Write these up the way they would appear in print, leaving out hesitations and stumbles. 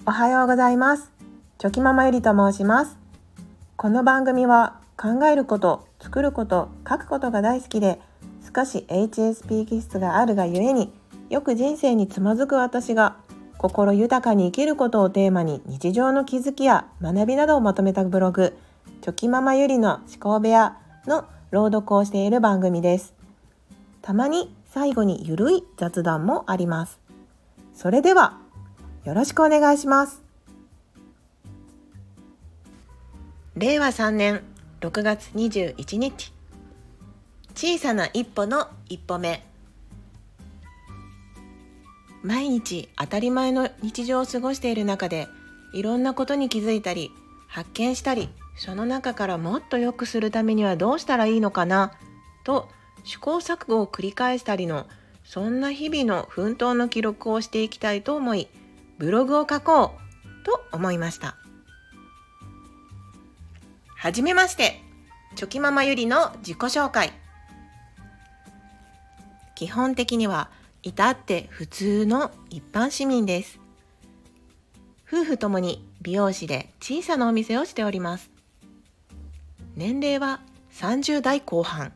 おはようございます。チョキママゆりと申します。この番組は考えること、作ること、書くことが大好きで、少し HSP 気質があるがゆえによく人生につまずく私が心豊かに生きることをテーマに日常の気づきや学びなどをまとめたブログ、チョキママゆりの思考部屋の朗読をしている番組です。たまに最後にゆるい雑談もあります。それではよろしくお願いします。令和3年6月21日、小さな一歩の一歩目。毎日当たり前の日常を過ごしている中で、いろんなことに気づいたり発見したり、その中からもっと良くするためにはどうしたらいいのかなと試行錯誤を繰り返したりの、そんな日々の奮闘の記録をしていきたいと思い、ブログを書こうと思いました。はじめまして、チョキママゆりの自己紹介。基本的には至って普通の一般市民です。夫婦ともに美容師で小さなお店をしております。年齢は30代後半。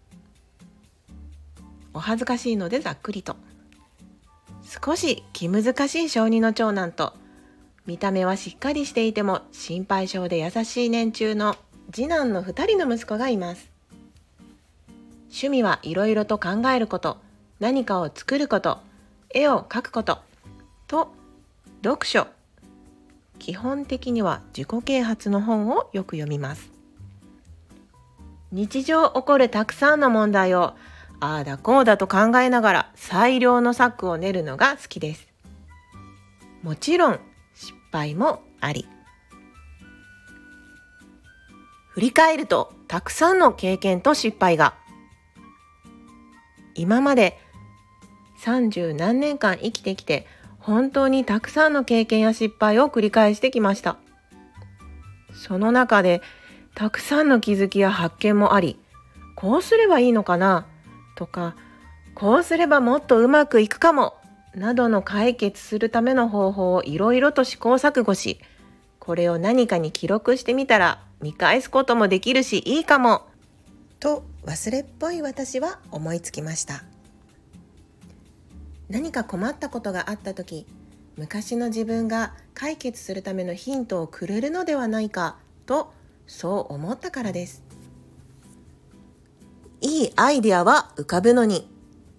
お恥ずかしいのでざっくりと。少し気難しい小児の長男と、見た目はしっかりしていても心配性で優しい年中の次男の2人の息子がいます。趣味はいろいろと考えること、何かを作ること、絵を描くことと読書。基本的には自己啓発の本をよく読みます。日常起こるたくさんの問題をああだこうだと考えながら最良の策を練るのが好きです。もちろん失敗もあり。振り返るとたくさんの経験と失敗が。今まで30何年間生きてきて、本当にたくさんの経験や失敗を繰り返してきました。その中でたくさんの気づきや発見もあり、こうすればいいのかなとか、こうすればもっとうまくいくかもなどの解決するための方法をいろいろと試行錯誤し、これを何かに記録してみたら見返すこともできるしいいかもと、忘れっぽい私は思いつきました。何か困ったことがあった時、昔の自分が解決するためのヒントをくれるのではないかと、そう思ったからです。いいアイデアは浮かぶのに。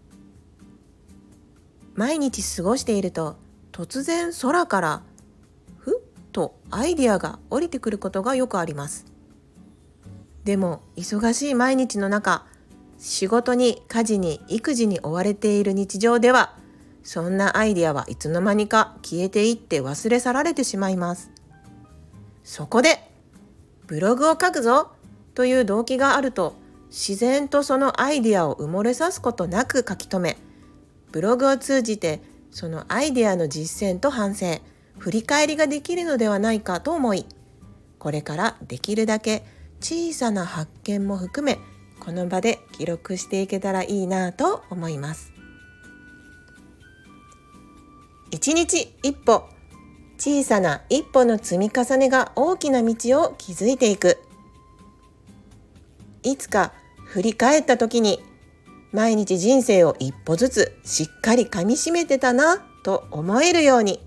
毎日過ごしていると、突然空からふっとアイデアが降りてくることがよくあります。でも忙しい毎日の中、仕事に家事に育児に追われている日常では、そんなアイデアはいつの間にか消えていって忘れ去られてしまいます。そこでブログを書くぞという動機があると、自然とそのアイデアを埋もれさすことなく書き留め、ブログを通じてそのアイデアの実践と反省、振り返りができるのではないかと思い、これからできるだけ小さな発見も含め、この場で記録していけたらいいなと思います。一日一歩、小さな一歩の積み重ねが大きな道を築いていく。いつか振り返った時に、毎日人生を一歩ずつしっかり噛み締めてたなと思えるように、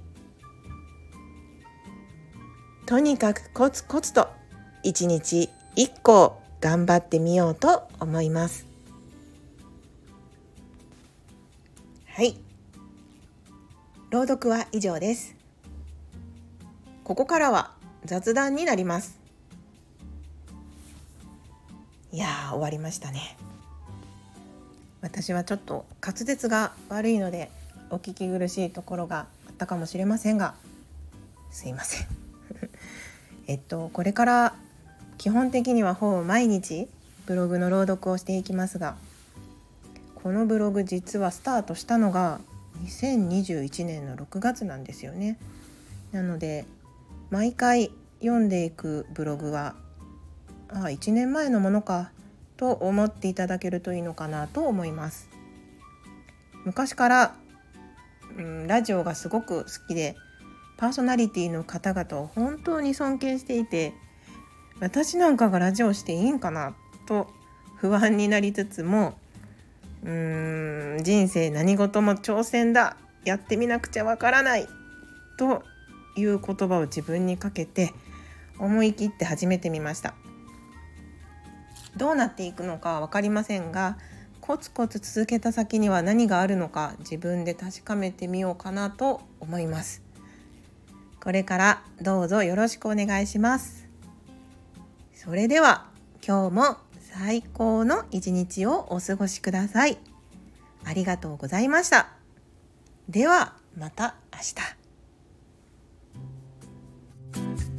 とにかくコツコツと一日一個を頑張ってみようと思います。はい、朗読は以上です。ここからは雑談になります。いやー、終わりましたね。私はちょっと滑舌が悪いのでお聞き苦しいところがあったかもしれませんが、すいませんこれから基本的にはほぼ毎日ブログの朗読をしていきますが、このブログ実はスタートしたのが2021年の6月なんですよね。なので毎回読んでいくブログは1年前のものかと思っていただけるといいのかなと思います。昔から、ラジオがすごく好きで、 パーソナリティの方々を本当に尊敬していて、私なんかがラジオしていいんかなと不安になりつつも、人生何事も挑戦だ、やってみなくちゃわからないという言葉を自分にかけて思い切って始めてみました。どうなっていくのかは分かりませんが、コツコツ続けた先には何があるのか自分で確かめてみようかなと思います。これからどうぞよろしくお願いします。それでは今日も最高の一日をお過ごしください。ありがとうございました。ではまた明日。